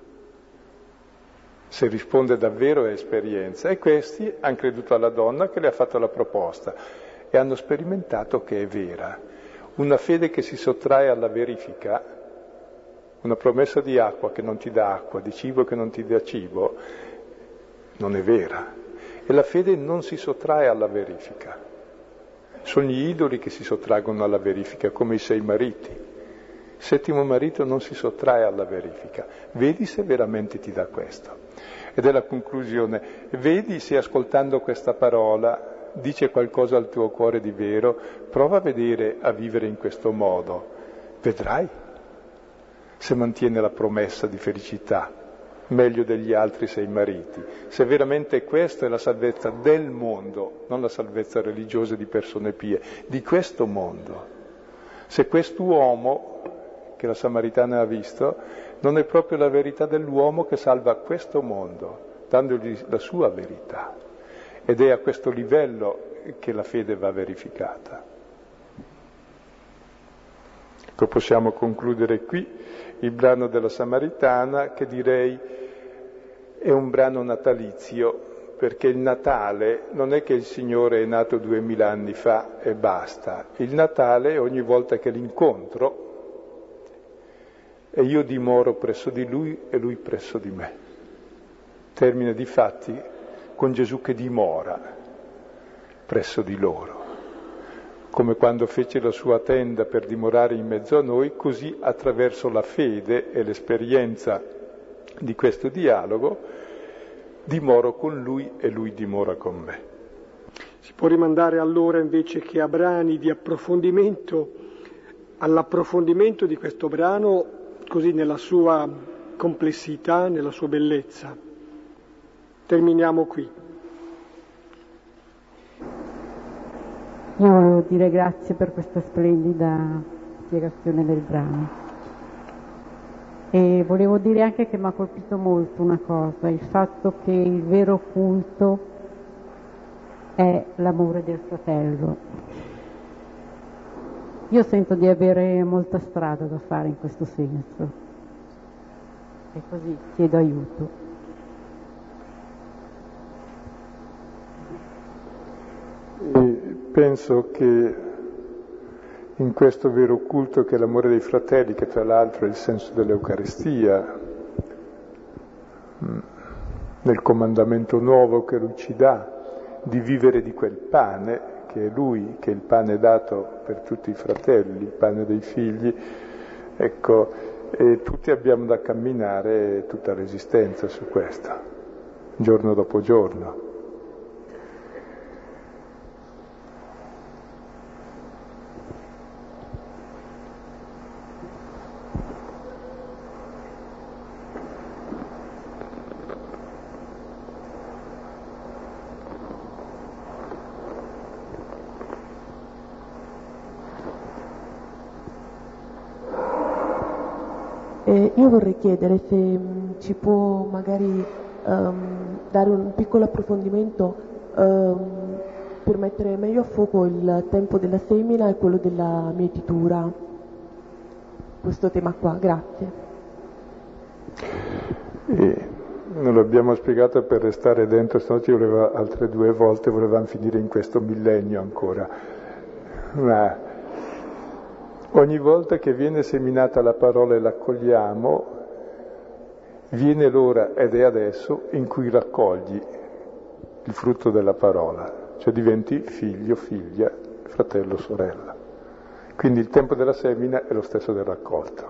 se risponde davvero a esperienza. E questi hanno creduto alla donna che le ha fatto la proposta e hanno sperimentato che è vera. Una fede che si sottrae alla verifica, una promessa di acqua che non ti dà acqua, di cibo che non ti dà cibo, non è vera. E la fede non si sottrae alla verifica. Sono gli idoli che si sottraggono alla verifica, come i sei mariti. Il settimo marito non si sottrae alla verifica. Vedi se veramente ti dà questo. Ed è la conclusione. Vedi se ascoltando questa parola dice qualcosa al tuo cuore di vero, prova a vedere, a vivere in questo modo. Vedrai se mantiene la promessa di felicità, meglio degli altri sei mariti. Se veramente questa è la salvezza del mondo, non la salvezza religiosa di persone pie, di questo mondo. Se quest'uomo, che la Samaritana ha visto, non è proprio la verità dell'uomo che salva questo mondo, dandogli la sua verità. Ed è a questo livello che la fede va verificata. Ecco, possiamo concludere qui il brano della Samaritana, che direi è un brano natalizio, perché il Natale non è che il Signore è nato duemila anni fa e basta. Il Natale è ogni volta che l'incontro e io dimoro presso di Lui e Lui presso di me. Termine di fatti con Gesù che dimora presso di loro. Come quando fece la sua tenda per dimorare in mezzo a noi, così attraverso la fede e l'esperienza di questo dialogo dimoro con Lui e Lui dimora con me. Si può rimandare allora, invece che a brani di approfondimento, all'approfondimento di questo brano così nella sua complessità, nella sua bellezza. Terminiamo qui. Io volevo dire grazie per questa splendida spiegazione del brano. E volevo dire anche che mi ha colpito molto una cosa, il fatto che il vero culto è l'amore del fratello. Io sento di avere molta strada da fare in questo senso e così chiedo aiuto. E penso che in questo vero culto che è l'amore dei fratelli, che tra l'altro è il senso dell'Eucaristia, nel comandamento nuovo che Lui ci dà, di vivere di quel pane, che è Lui, che è il pane dato per tutti i fratelli, il pane dei figli, ecco, e tutti abbiamo da camminare tutta l'esistenza su questo, giorno dopo giorno. Eh, io vorrei chiedere se mh, ci può magari um, dare un piccolo approfondimento um, per mettere meglio a fuoco il tempo della semina e quello della mietitura, questo tema qua, grazie. E non l'abbiamo spiegato per restare dentro, se no ci voleva altre due volte, volevamo finire in questo millennio ancora. Ma ogni volta che viene seminata la parola e l'accogliamo, viene l'ora, ed è adesso, in cui raccogli il frutto della parola, cioè diventi figlio, figlia, fratello, sorella. Quindi il tempo della semina è lo stesso del raccolto.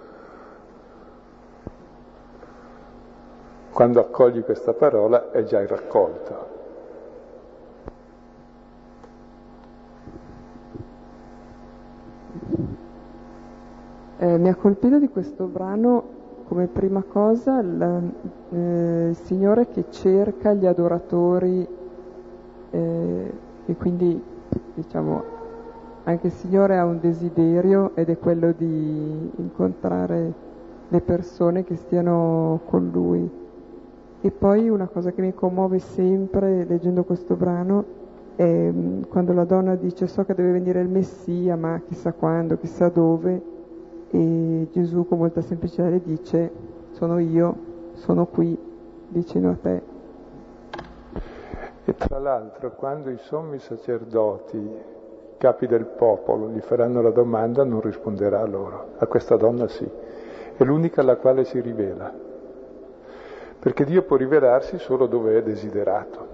Quando accogli questa parola è già il raccolto. Eh, mi ha colpito di questo brano come prima cosa il, eh, il Signore che cerca gli adoratori eh, e quindi diciamo anche il Signore ha un desiderio ed è quello di incontrare le persone che stiano con Lui. E poi una cosa che mi commuove sempre leggendo questo brano è quando la donna dice so che deve venire il Messia ma chissà quando, chissà dove. E Gesù con molta semplicità le dice sono io, sono qui vicino a te. E tra l'altro quando i sommi sacerdoti, capi del popolo, gli faranno la domanda non risponderà loro, a questa donna sì, è l'unica alla quale si rivela, perché Dio può rivelarsi solo dove è desiderato,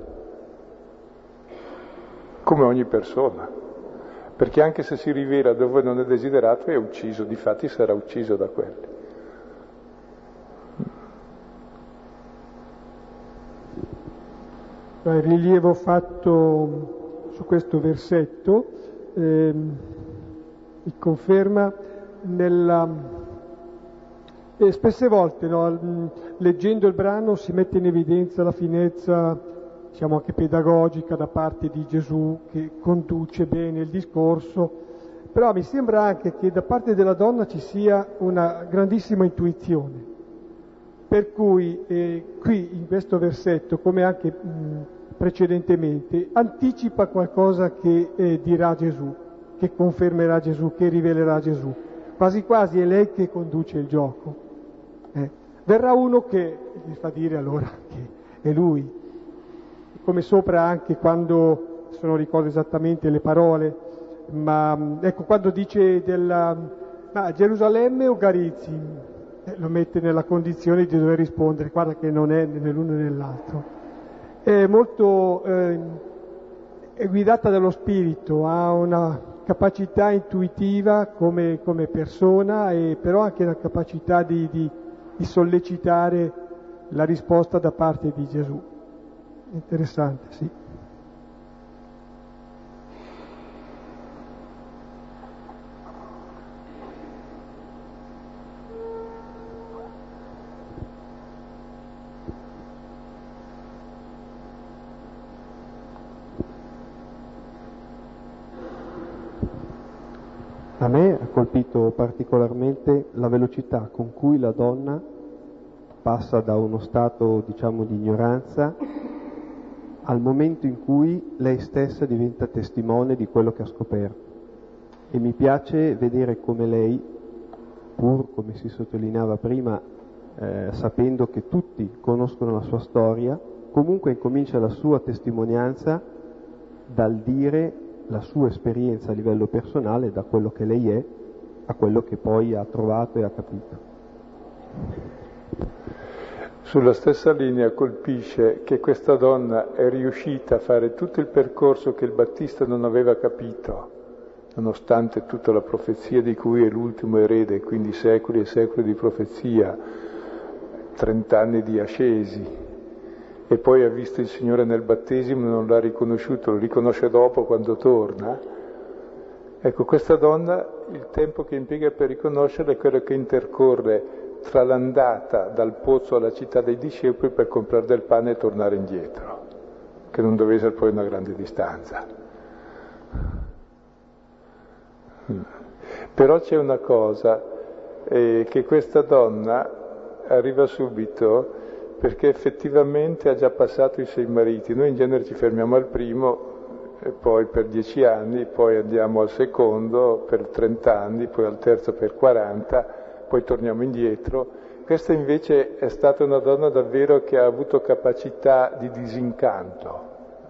come ogni persona. Perché anche se si rivela dove non è desiderato è ucciso, difatti sarà ucciso da quelli. Il rilievo fatto su questo versetto eh, mi conferma nella... E spesse volte no, leggendo il brano si mette in evidenza la finezza diciamo anche pedagogica da parte di Gesù che conduce bene il discorso, però mi sembra anche che da parte della donna ci sia una grandissima intuizione, per cui eh, qui in questo versetto, come anche mh, precedentemente, anticipa qualcosa che eh, dirà Gesù, che confermerà Gesù, che rivelerà Gesù, quasi quasi è lei che conduce il gioco. Eh. Verrà uno che gli fa dire allora che è lui, come sopra anche quando, se non ricordo esattamente le parole, ma ecco quando dice della ma Gerusalemme o Garizim, eh, lo mette nella condizione di dover rispondere, guarda che non è né l'uno né l'altro. È molto eh, è guidata dallo spirito, ha una capacità intuitiva come, come persona, e però anche la capacità di, di, di sollecitare la risposta da parte di Gesù. Interessante, sì. A me ha colpito particolarmente la velocità con cui la donna passa da uno stato, diciamo, di ignoranza al momento in cui lei stessa diventa testimone di quello che ha scoperto. E mi piace vedere come lei, pur come si sottolineava prima, eh, sapendo che tutti conoscono la sua storia, comunque incomincia la sua testimonianza dal dire la sua esperienza a livello personale, da quello che lei è a quello che poi ha trovato e ha capito. Sulla stessa linea colpisce che questa donna è riuscita a fare tutto il percorso che il Battista non aveva capito, nonostante tutta la profezia di cui è l'ultimo erede, quindi secoli e secoli di profezia, trent'anni di ascesi. E poi ha visto il Signore nel battesimo e non l'ha riconosciuto, lo riconosce dopo quando torna. Ecco, questa donna, il tempo che impiega per riconoscerla è quello che intercorre tra l'andata dal pozzo alla città dei discepoli per comprare del pane e tornare indietro, che non doveva essere poi una grande distanza. Però c'è una cosa, eh, che questa donna arriva subito perché effettivamente ha già passato i sei mariti. Noi in genere ci fermiamo al primo, e poi per dieci anni, poi andiamo al secondo per trent'anni, poi al terzo per quaranta, poi torniamo indietro. Questa invece è stata una donna davvero che ha avuto capacità di disincanto,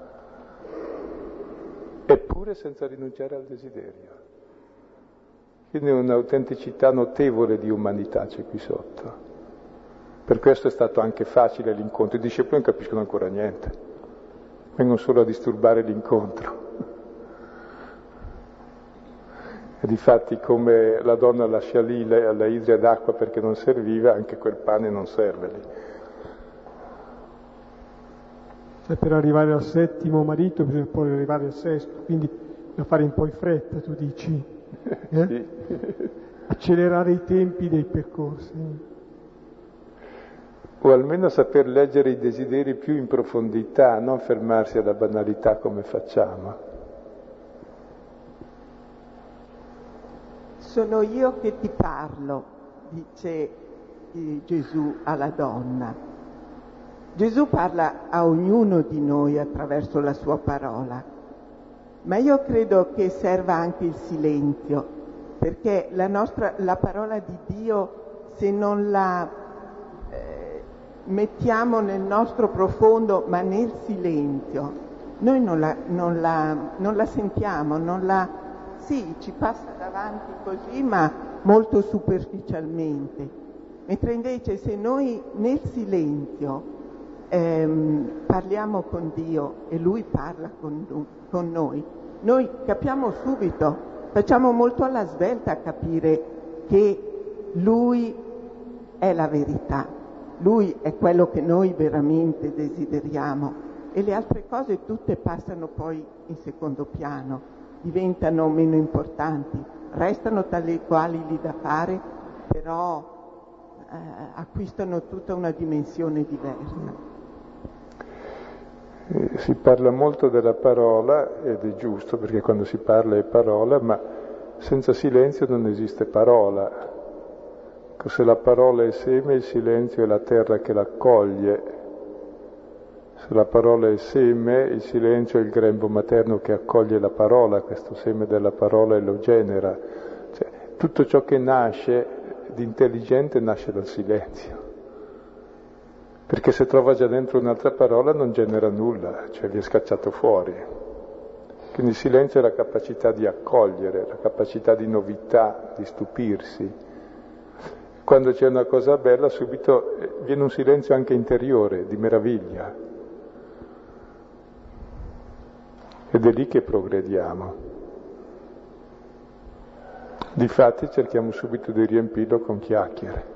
eppure senza rinunciare al desiderio. Quindi un'autenticità notevole di umanità c'è qui sotto. Per questo è stato anche facile l'incontro. I discepoli non capiscono ancora niente, vengono solo a disturbare l'incontro. E difatti, come la donna lascia lì la idria d'acqua perché non serviva, anche quel pane non serve lì. Cioè, per arrivare al settimo marito bisogna poi arrivare al sesto, quindi bisogna fare un po' in fretta, tu dici. Eh? Sì. Accelerare i tempi dei percorsi. O almeno saper leggere i desideri più in profondità, non fermarsi alla banalità come facciamo. Sono io che ti parlo, dice Gesù alla donna. Gesù parla a ognuno di noi attraverso la sua parola, ma io credo che serva anche il silenzio, perché la nostra, la parola di Dio, se non la mettiamo nel nostro profondo, ma nel silenzio, noi non la, non la, non la sentiamo, non la, sì, ci passa davanti così, ma molto superficialmente. Mentre invece se noi nel silenzio ehm, parliamo con Dio e Lui parla con, con noi, noi capiamo subito, facciamo molto alla svelta a capire che Lui è la verità. Lui è quello che noi veramente desideriamo e le altre cose tutte passano poi in secondo piano, diventano meno importanti, restano tali quali lì da fare, però eh, acquistano tutta una dimensione diversa. Eh, si parla molto della parola, ed è giusto perché quando si parla è parola, ma senza silenzio non esiste parola. Se la parola è seme, il silenzio è la terra che l'accoglie. Se la parola è seme, il silenzio è il grembo materno che accoglie la parola, questo seme della parola e lo genera. Cioè, tutto ciò che nasce di intelligente nasce dal silenzio. perché se trova già dentro un'altra parola non genera nulla, cioè vi è scacciato fuori. Quindi il silenzio è la capacità di accogliere, la capacità di novità, di stupirsi. Quando c'è una cosa bella subito viene un silenzio anche interiore, di meraviglia. Ed è lì che progrediamo. Difatti cerchiamo subito di riempirlo con chiacchiere.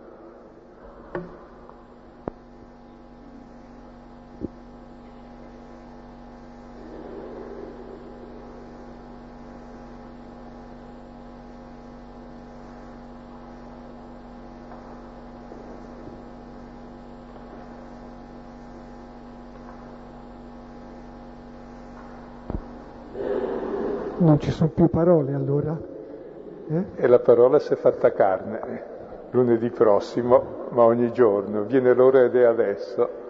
Non ci sono più parole allora? Eh? E la parola si è fatta carne, lunedì prossimo, ma ogni giorno. Viene l'ora ed è adesso.